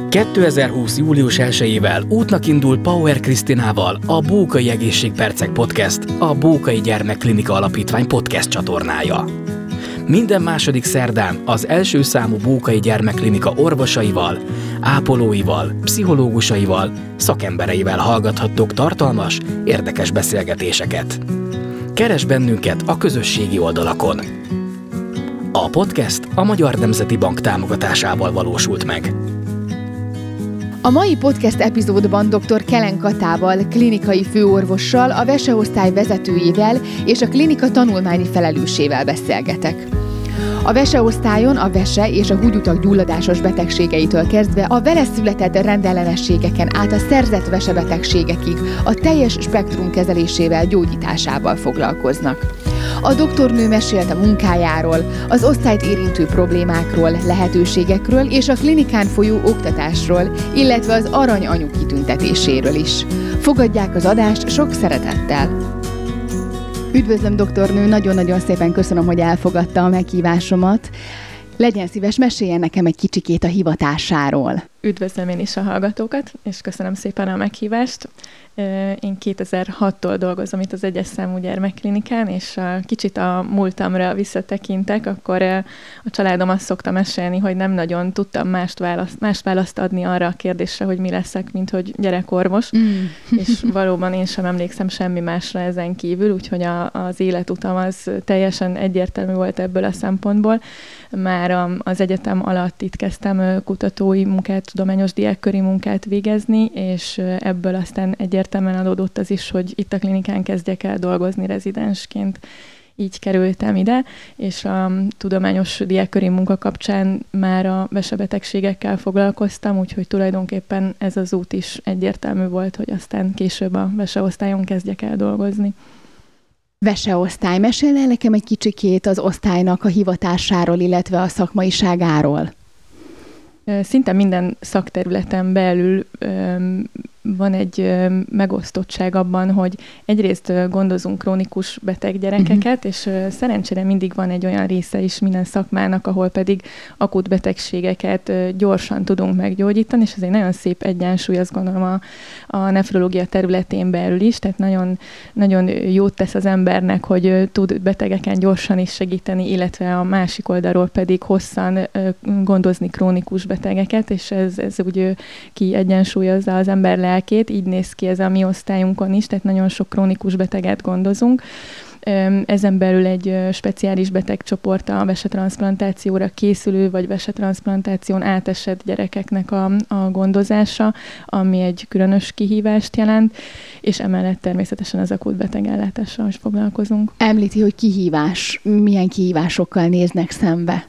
2020. július 1-ével útnak indul Power Krisztinával a Bókai Egészségpercek Podcast, a Bókai Gyermekklinika Alapítvány podcast csatornája. Minden második szerdán az első számú Bókai Gyermekklinika orvosaival, ápolóival, pszichológusaival, szakembereivel hallgathattok tartalmas, érdekes beszélgetéseket. Keresd bennünket a közösségi oldalakon. A podcast a Magyar Nemzeti Bank támogatásával valósult meg. A mai podcast epizódban dr. Kelen Katával, klinikai főorvossal, a veseosztály vezetőjével és a klinika tanulmányi felelősével beszélgetek. A veseosztályon a vese és a húgyutak gyulladásos betegségeitől kezdve a vele született rendellenességeken át a szerzett vesebetegségekig a teljes spektrum kezelésével, gyógyításával foglalkoznak. A doktornő mesélt a munkájáról, az osztályt érintő problémákról, lehetőségekről és a klinikán folyó oktatásról, illetve az Arany Anyu kitüntetéséről is. Fogadják az adást sok szeretettel! Üdvözlöm, doktornő, nagyon-nagyon szépen köszönöm, hogy elfogadta a meghívásomat. Legyen szíves, meséljen nekem egy kicsikét a hivatásáról. Üdvözlöm én is a hallgatókat, és köszönöm szépen a meghívást. Én 2006-tól dolgozom itt az egyes számú gyermekklinikán, és kicsit a múltamra visszatekintek, akkor a családom azt szokta mesélni, hogy nem nagyon tudtam más választ adni arra a kérdésre, hogy mi leszek, mint hogy gyerekorvos, és valóban én sem emlékszem semmi másra ezen kívül, úgyhogy az életutam az teljesen egyértelmű volt ebből a szempontból. Már az egyetem alatt itt kezdtem kutatói munkát, tudományos diákköri munkát végezni, és ebből aztán egyértelműen adódott az is, hogy itt a klinikán kezdjek el dolgozni rezidensként. Így kerültem ide, és a tudományos diákköri munka kapcsán már a vesebetegségekkel foglalkoztam, úgyhogy tulajdonképpen ez az út is egyértelmű volt, hogy aztán később a veseosztályon kezdjek el dolgozni. Veseosztály. Mesélj nekem egy kicsikét az osztálynak a hivatásáról, illetve a szakmaiságáról. Szinte minden szakterületen belül van egy megosztottság abban, hogy egyrészt gondozunk krónikus beteg gyerekeket, és szerencsére mindig van egy olyan része is minden szakmának, ahol pedig akut betegségeket gyorsan tudunk meggyógyítani, és ez egy nagyon szép egyensúly, azt gondolom a nefrológia területén belül is, tehát nagyon, nagyon jót tesz az embernek, hogy tud betegeken gyorsan is segíteni, illetve a másik oldalról pedig hosszan gondozni krónikus betegeket, és ez úgy kiegyensúlyozza az ember lelkét, így néz ki ez a mi osztályunkon is, tehát nagyon sok krónikus beteget gondozunk. Ezen belül egy speciális betegcsoport a vesetranszplantációra készülő, vagy vesetranszplantáción átesett gyerekeknek a gondozása, ami egy különös kihívást jelent, és emellett természetesen az akut betegellátással is foglalkozunk. Említi, hogy kihívás. Milyen kihívásokkal néznek szembe?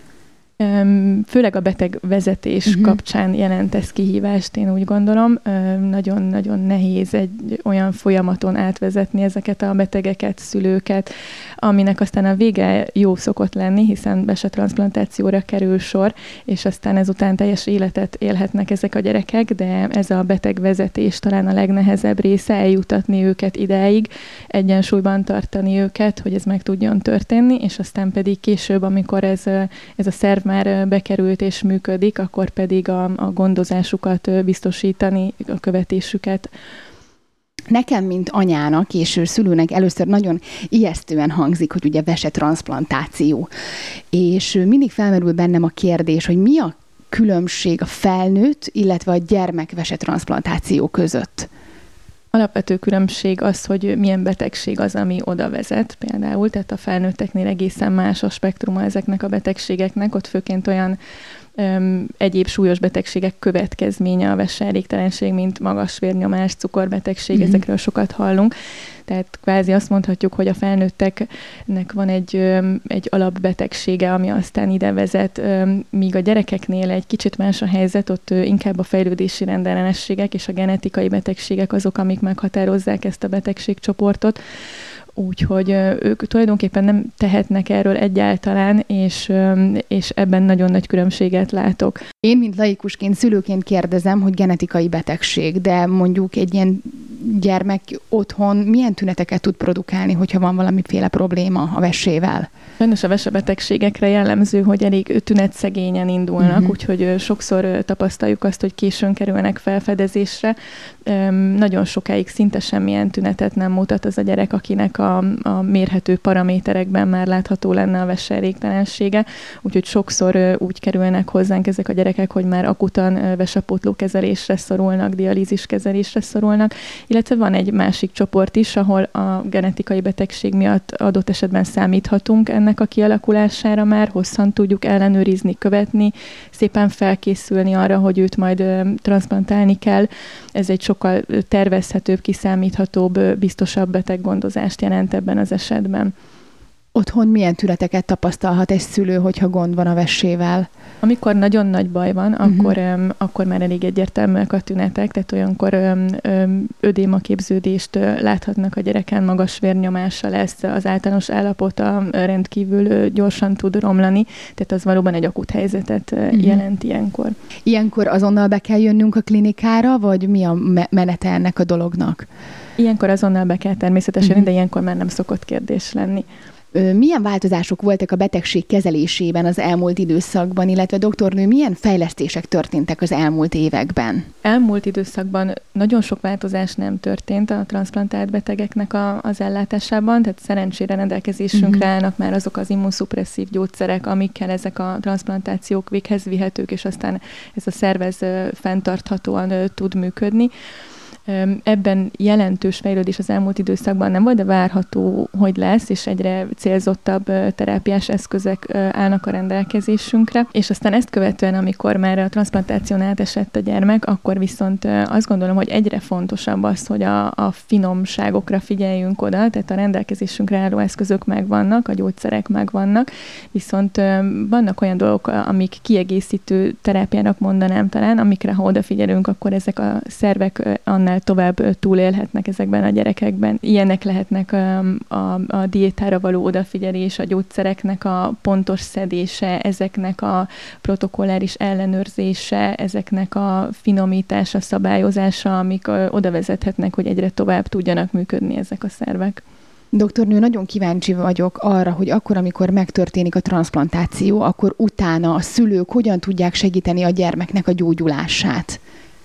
Főleg a betegvezetés kapcsán jelent ez kihívást, én úgy gondolom. Nagyon-nagyon nehéz egy olyan folyamaton átvezetni ezeket a betegeket, szülőket, aminek aztán a vége jó szokott lenni, hiszen vesetranszplantációra kerül sor, és aztán ezután teljes életet élhetnek ezek a gyerekek, de ez a betegvezetés talán a legnehezebb része, eljutatni őket idáig, egyensúlyban tartani őket, hogy ez meg tudjon történni, és aztán pedig később, amikor ez a szerv már bekerült és működik, akkor pedig a gondozásukat biztosítani, a követésüket. Nekem, mint anyának és szülőnek először nagyon ijesztően hangzik, hogy ugye vesetranszplantáció. És mindig felmerül bennem a kérdés, hogy mi a különbség a felnőtt, illetve a gyermek vesetranszplantáció között? Alapvető különbség az, hogy milyen betegség az, ami oda vezet például, tehát a felnőtteknél egészen más a spektruma ezeknek a betegségeknek, ott főként olyan egyéb súlyos betegségek következménye a veseelégtelenség, mint magas vérnyomás, cukorbetegség, ezekről sokat hallunk. Tehát kvázi azt mondhatjuk, hogy a felnőtteknek van egy alapbetegsége, ami aztán ide vezet, míg a gyerekeknél egy kicsit más a helyzet, ott inkább a fejlődési rendellenességek és a genetikai betegségek azok, amik meghatározzák ezt a betegségcsoportot. Úgyhogy ők tulajdonképpen nem tehetnek erről egyáltalán, és ebben nagyon nagy különbséget látok. Én, mint laikusként, szülőként kérdezem, hogy genetikai betegség, de mondjuk egy ilyen gyermek otthon milyen tüneteket tud produkálni, hogyha van valamiféle probléma a vesével? Sajnos a vesebetegségekre jellemző, hogy elég tünetszegényen indulnak, úgyhogy sokszor tapasztaljuk azt, hogy későn kerülnek felfedezésre. Nagyon sokáig szinte semmilyen tünetet nem mutat az a gyerek, akinek a mérhető paraméterekben már látható lenne a veseelégtelensége, úgyhogy sokszor úgy kerülnek hozzánk ezek a gyerekek, hogy már akutan vesepótló kezelésre szorulnak, dialízis kezelésre szorulnak, illetve van egy másik csoport is, ahol a genetikai betegség miatt adott esetben számíthatunk ennek a kialakulására már, hosszan tudjuk ellenőrizni, követni, szépen felkészülni arra, hogy őt majd transzplantálni kell. Ez egy sokkal tervezhetőbb, kiszámíthatóbb, biztosabb beteggondozást jelent ebben az esetben. Otthon milyen tüneteket tapasztalhat egy szülő, hogyha gond van a vesével? Amikor nagyon nagy baj van, akkor már elég egyértelműek a tünetek, tehát olyankor ödémaképződést láthatnak a gyereken, magas vérnyomása lesz, az általános állapota rendkívül gyorsan tud romlani, tehát az valóban egy akut helyzetet jelent ilyenkor. Ilyenkor azonnal be kell jönnünk a klinikára, vagy mi a menete ennek a dolognak? Ilyenkor azonnal be kell természetesen, de ilyenkor már nem szokott kérdés lenni. Milyen változások voltak a betegség kezelésében az elmúlt időszakban, illetve doktornő, milyen fejlesztések történtek az elmúlt években? Elmúlt időszakban nagyon sok változás nem történt a transzplantált betegeknek az ellátásában, tehát szerencsére rendelkezésünkre állnak már azok az immunszupresszív gyógyszerek, amikkel ezek a transzplantációk véghez vihetők, és aztán ez a szervez fenntarthatóan tud működni. Ebben jelentős fejlődés az elmúlt időszakban nem volt, de várható, hogy lesz, és egyre célzottabb terápiás eszközök állnak a rendelkezésünkre. És aztán ezt követően, amikor már a transzplantáción átesett a gyermek, akkor viszont azt gondolom, hogy egyre fontosabb az, hogy a finomságokra figyeljünk oda, tehát a rendelkezésünkre álló eszközök megvannak, a gyógyszerek megvannak, viszont vannak olyan dolgok, amik kiegészítő terápiának mondanám talán, amikre ha odafigyelünk, akkor ezek a szervek annál tovább túlélhetnek ezekben a gyerekekben. Ilyenek lehetnek a diétára való odafigyelés, a gyógyszereknek a pontos szedése, ezeknek a protokolláris ellenőrzése, ezeknek a finomítása, szabályozása, amik oda vezethetnek, hogy egyre tovább tudjanak működni ezek a szervek. Doktornő, nagyon kíváncsi vagyok arra, hogy akkor, amikor megtörténik a transzplantáció, akkor utána a szülők hogyan tudják segíteni a gyermeknek a gyógyulását?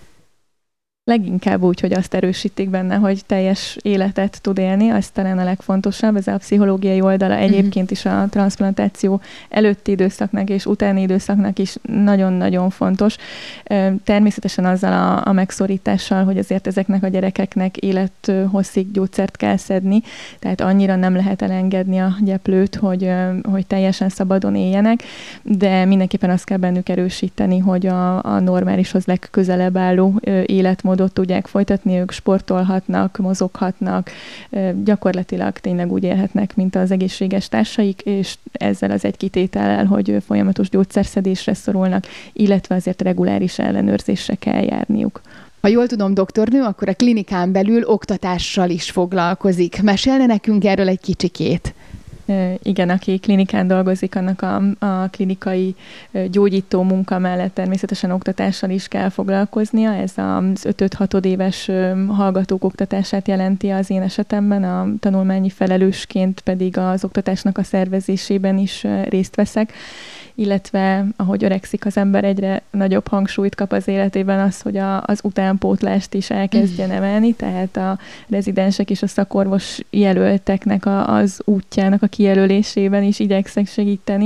Leginkább úgy, hogy azt erősítik benne, hogy teljes életet tud élni, az talán a legfontosabb, ez a pszichológiai oldala egyébként is a transzplantáció előtti időszaknak és utáni időszaknak is nagyon-nagyon fontos. Természetesen azzal a megszorítással, hogy azért ezeknek a gyerekeknek élethosszig gyógyszert kell szedni, tehát annyira nem lehet elengedni a gyeplőt, hogy teljesen szabadon éljenek, de mindenképpen azt kell bennük erősíteni, hogy a normálishoz legközelebb álló életmódot tudják folytatni, ők sportolhatnak, mozoghatnak, gyakorlatilag tényleg úgy élhetnek, mint az egészséges társaik, és ezzel az egy kitétellel, hogy folyamatos gyógyszerszedésre szorulnak, illetve azért reguláris ellenőrzésre kell járniuk. Ha jól tudom, doktornő, akkor a klinikán belül oktatással is foglalkozik. Mesélne nekünk erről egy kicsikét? Igen, aki klinikán dolgozik, annak a klinikai gyógyító munka mellett természetesen oktatással is kell foglalkoznia. Ez az 5-6 éves hallgatók oktatását jelenti az én esetemben, a tanulmányi felelősként pedig az oktatásnak a szervezésében is részt veszek, illetve ahogy öregszik az ember, egyre nagyobb hangsúlyt kap az életében az, hogy az utánpótlást is elkezdjen emelni, tehát a rezidensek és a szakorvos jelölteknek az útjának a kijelölésében is igyekszek segíteni,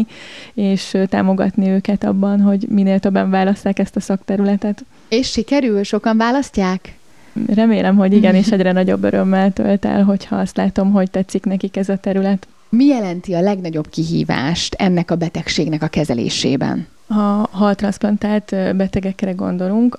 és támogatni őket abban, hogy minél többen válasszák ezt a szakterületet. És sikerül? Sokan választják? Remélem, hogy igen, és egyre nagyobb örömmel tölt el, hogyha azt látom, hogy tetszik nekik ez a terület. Mi jelenti a legnagyobb kihívást ennek a betegségnek a kezelésében? Ha a transzplantált betegekre gondolunk,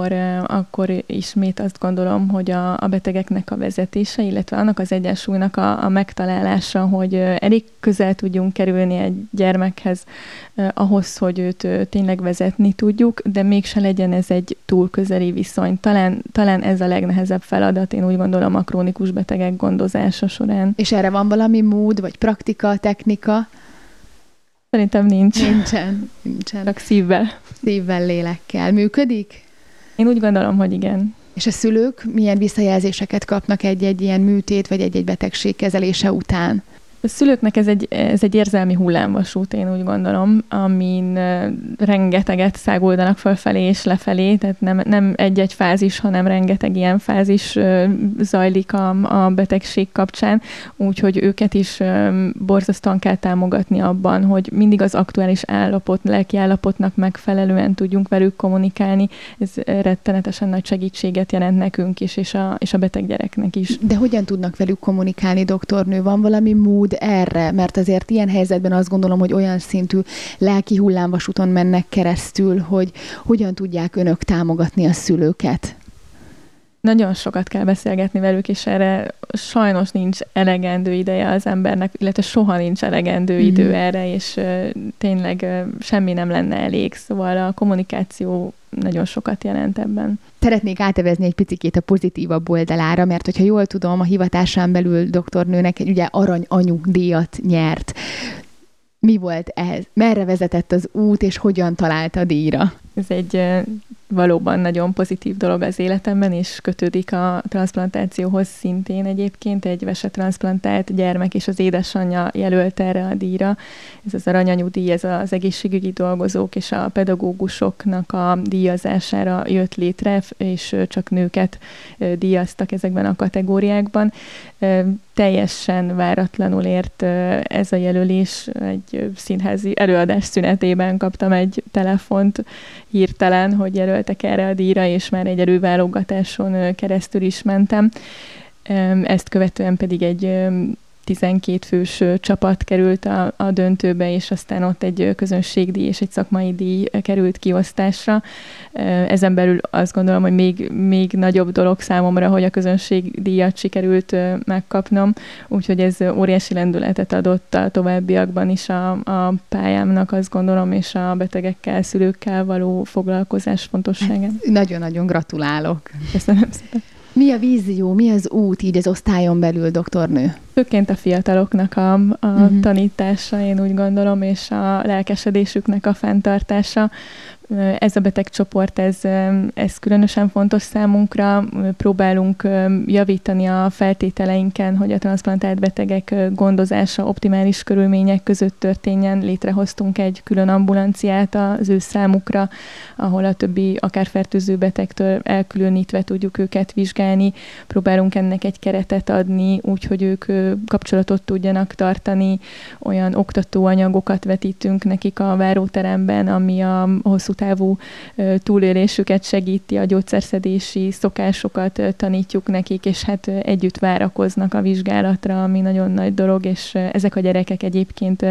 akkor ismét azt gondolom, hogy a betegeknek a vezetése, illetve annak az egyensúlynak a megtalálása, hogy elég közel tudjunk kerülni egy gyermekhez ahhoz, hogy őt tényleg vezetni tudjuk, de mégse legyen ez egy túl közeli viszony. Talán ez a legnehezebb feladat, én úgy gondolom, a krónikus betegek gondozása során. És erre van valami mód, vagy praktika, technika? Szerintem nincs. Nincsen. Csak szívvel. Szívvel, lélekkel. Működik? Én úgy gondolom, hogy igen. És a szülők milyen visszajelzéseket kapnak egy-egy ilyen műtét, vagy egy-egy betegség kezelése után? A szülőknek ez egy érzelmi hullámvasút, én úgy gondolom, amin rengeteget száguldanak fölfelé és lefelé, tehát nem egy-egy fázis, hanem rengeteg ilyen fázis zajlik a betegség kapcsán, úgyhogy őket is borzasztóan kell támogatni abban, hogy mindig az aktuális lelki állapotnak megfelelően tudjunk velük kommunikálni. Ez rettenetesen nagy segítséget jelent nekünk is, és a beteg gyereknek is. De hogyan tudnak velük kommunikálni, doktornő? Van valami mód erre? Mert azért ilyen helyzetben azt gondolom, hogy olyan szintű lelki hullámvasúton mennek keresztül, hogy hogyan tudják önök támogatni a szülőket? Nagyon sokat kell beszélgetni velük, és erre sajnos nincs elegendő ideje az embernek, illetve soha nincs elegendő idő erre, és tényleg semmi nem lenne elég. Szóval a kommunikáció nagyon sokat jelent ebben. Szeretnék átevezni egy picikét a pozitívabb oldalára, mert hogyha jól tudom, a hivatásán belül doktornőnek egy ugye arany-anyu díjat nyert. Mi volt ez? Merre vezetett az út, és hogyan találta a díjra? Ez egy valóban nagyon pozitív dolog az életemben, és kötődik a transzplantációhoz szintén egyébként. Egy vesetranszplantált gyermek és az édesanyja jelölt erre a díjra. Ez az aranyanyú díj, ez az egészségügyi dolgozók és a pedagógusoknak a díjazására jött létre, és csak nőket díjaztak ezekben a kategóriákban. Teljesen váratlanul ért ez a jelölés. Egy színházi előadás szünetében kaptam egy telefont hirtelen, hogy jelöltek erre a díjra, és már egy előválogatáson keresztül is mentem. Ezt követően pedig egy 12 fős csapat került a döntőbe, és aztán ott egy közönségdíj és egy szakmai díj került kiosztásra. Ezen belül azt gondolom, hogy még nagyobb dolog számomra, hogy a közönségdíjat sikerült megkapnom, úgyhogy ez óriási lendületet adott a továbbiakban is a pályámnak, azt gondolom, és a betegekkel, szülőkkel való foglalkozás fontosságán. Nagyon-nagyon gratulálok. Köszönöm szépen. Mi a vízió, mi az út így az osztályon belül, doktornő? Főként a fiataloknak a tanítása, én úgy gondolom, és a lelkesedésüknek a fenntartása. Ez a betegcsoport, ez különösen fontos számunkra. Próbálunk javítani a feltételeinken, hogy a transzplantált betegek gondozása optimális körülmények között történjen. Létrehoztunk egy külön ambulanciát az ő számukra, ahol a többi akár fertőző betegtől elkülönítve tudjuk őket vizsgálni. Próbálunk ennek egy keretet adni, úgyhogy ők kapcsolatot tudjanak tartani. Olyan oktatóanyagokat vetítünk nekik a váróteremben, ami a hosszú távú túlélésüket segíti, a gyógyszerszedési szokásokat tanítjuk nekik, és hát együtt várakoznak a vizsgálatra, ami nagyon nagy dolog, és ezek a gyerekek egyébként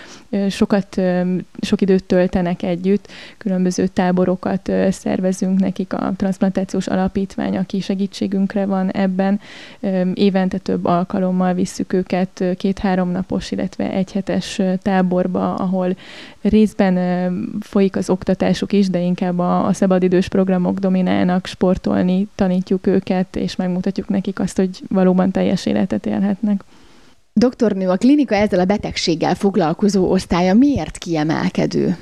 sok időt töltenek együtt, különböző táborokat szervezünk nekik, a transzplantációs alapítvány, aki segítségünkre van ebben. Évente több alkalommal visszük őket 2-3 napos, illetve 1 hetes táborba, ahol részben folyik az oktatásuk is, de inkább a szabadidős programok dominálnak, sportolni tanítjuk őket, és megmutatjuk nekik azt, hogy valóban teljes életet élhetnek. Doktornő, a klinika ezzel a betegséggel foglalkozó osztálya miért kiemelkedő?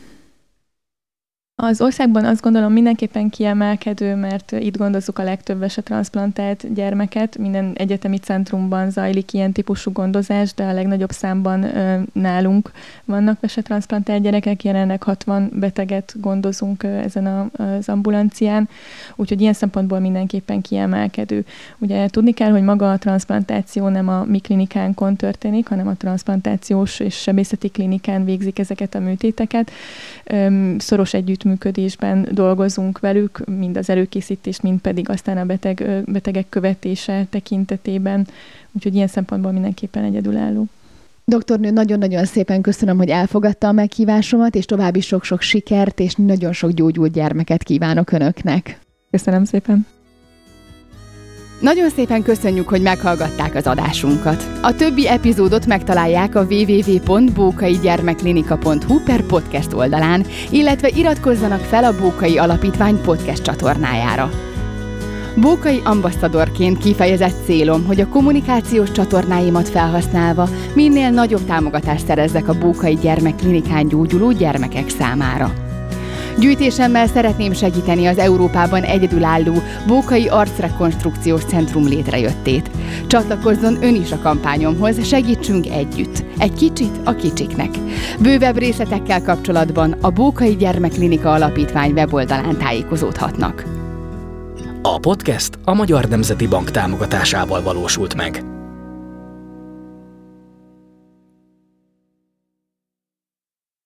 Az országban azt gondolom mindenképpen kiemelkedő, mert itt gondozzuk a legtöbb vesetranszplantált gyermeket. Minden egyetemi centrumban zajlik ilyen típusú gondozás, de a legnagyobb számban nálunk vannak vesetranszplantált gyerekek. Jelenleg 60 beteget gondozunk ezen az ambulancián, úgyhogy ilyen szempontból mindenképpen kiemelkedő. Ugye tudni kell, hogy maga a transzplantáció nem a mi klinikánkon történik, hanem a transzplantációs és sebészeti klinikán végzik ezeket a műtéteket. Szoros együttműködésben dolgozunk velük, mind az előkészítés, mind pedig aztán a betegek követése tekintetében, úgyhogy ilyen szempontból mindenképpen egyedülálló. Doktornő, nagyon-nagyon szépen köszönöm, hogy elfogadta a meghívásomat, és további sok-sok sikert, és nagyon sok gyógyult gyermeket kívánok önöknek. Köszönöm szépen! Nagyon szépen köszönjük, hogy meghallgatták az adásunkat. A többi epizódot megtalálják a www.bókaigyermekklinika.hu/podcast oldalán, illetve iratkozzanak fel a Bókai Alapítvány podcast csatornájára. Bókai ambasszadorként kifejezett célom, hogy a kommunikációs csatornáimat felhasználva minél nagyobb támogatást szerezzek a Bókai Gyermekklinikán gyógyuló gyermekek számára. Gyűjtésemmel szeretném segíteni az Európában egyedülálló Bókai Arcrekonstrukciós Centrum létrejöttét. Csatlakozzon ön is a kampányomhoz, segítsünk együtt. Egy kicsit a kicsiknek. Bővebb részletekkel kapcsolatban a Bókai Gyermekklinika Alapítvány weboldalán tájékozódhatnak. A podcast a Magyar Nemzeti Bank támogatásával valósult meg.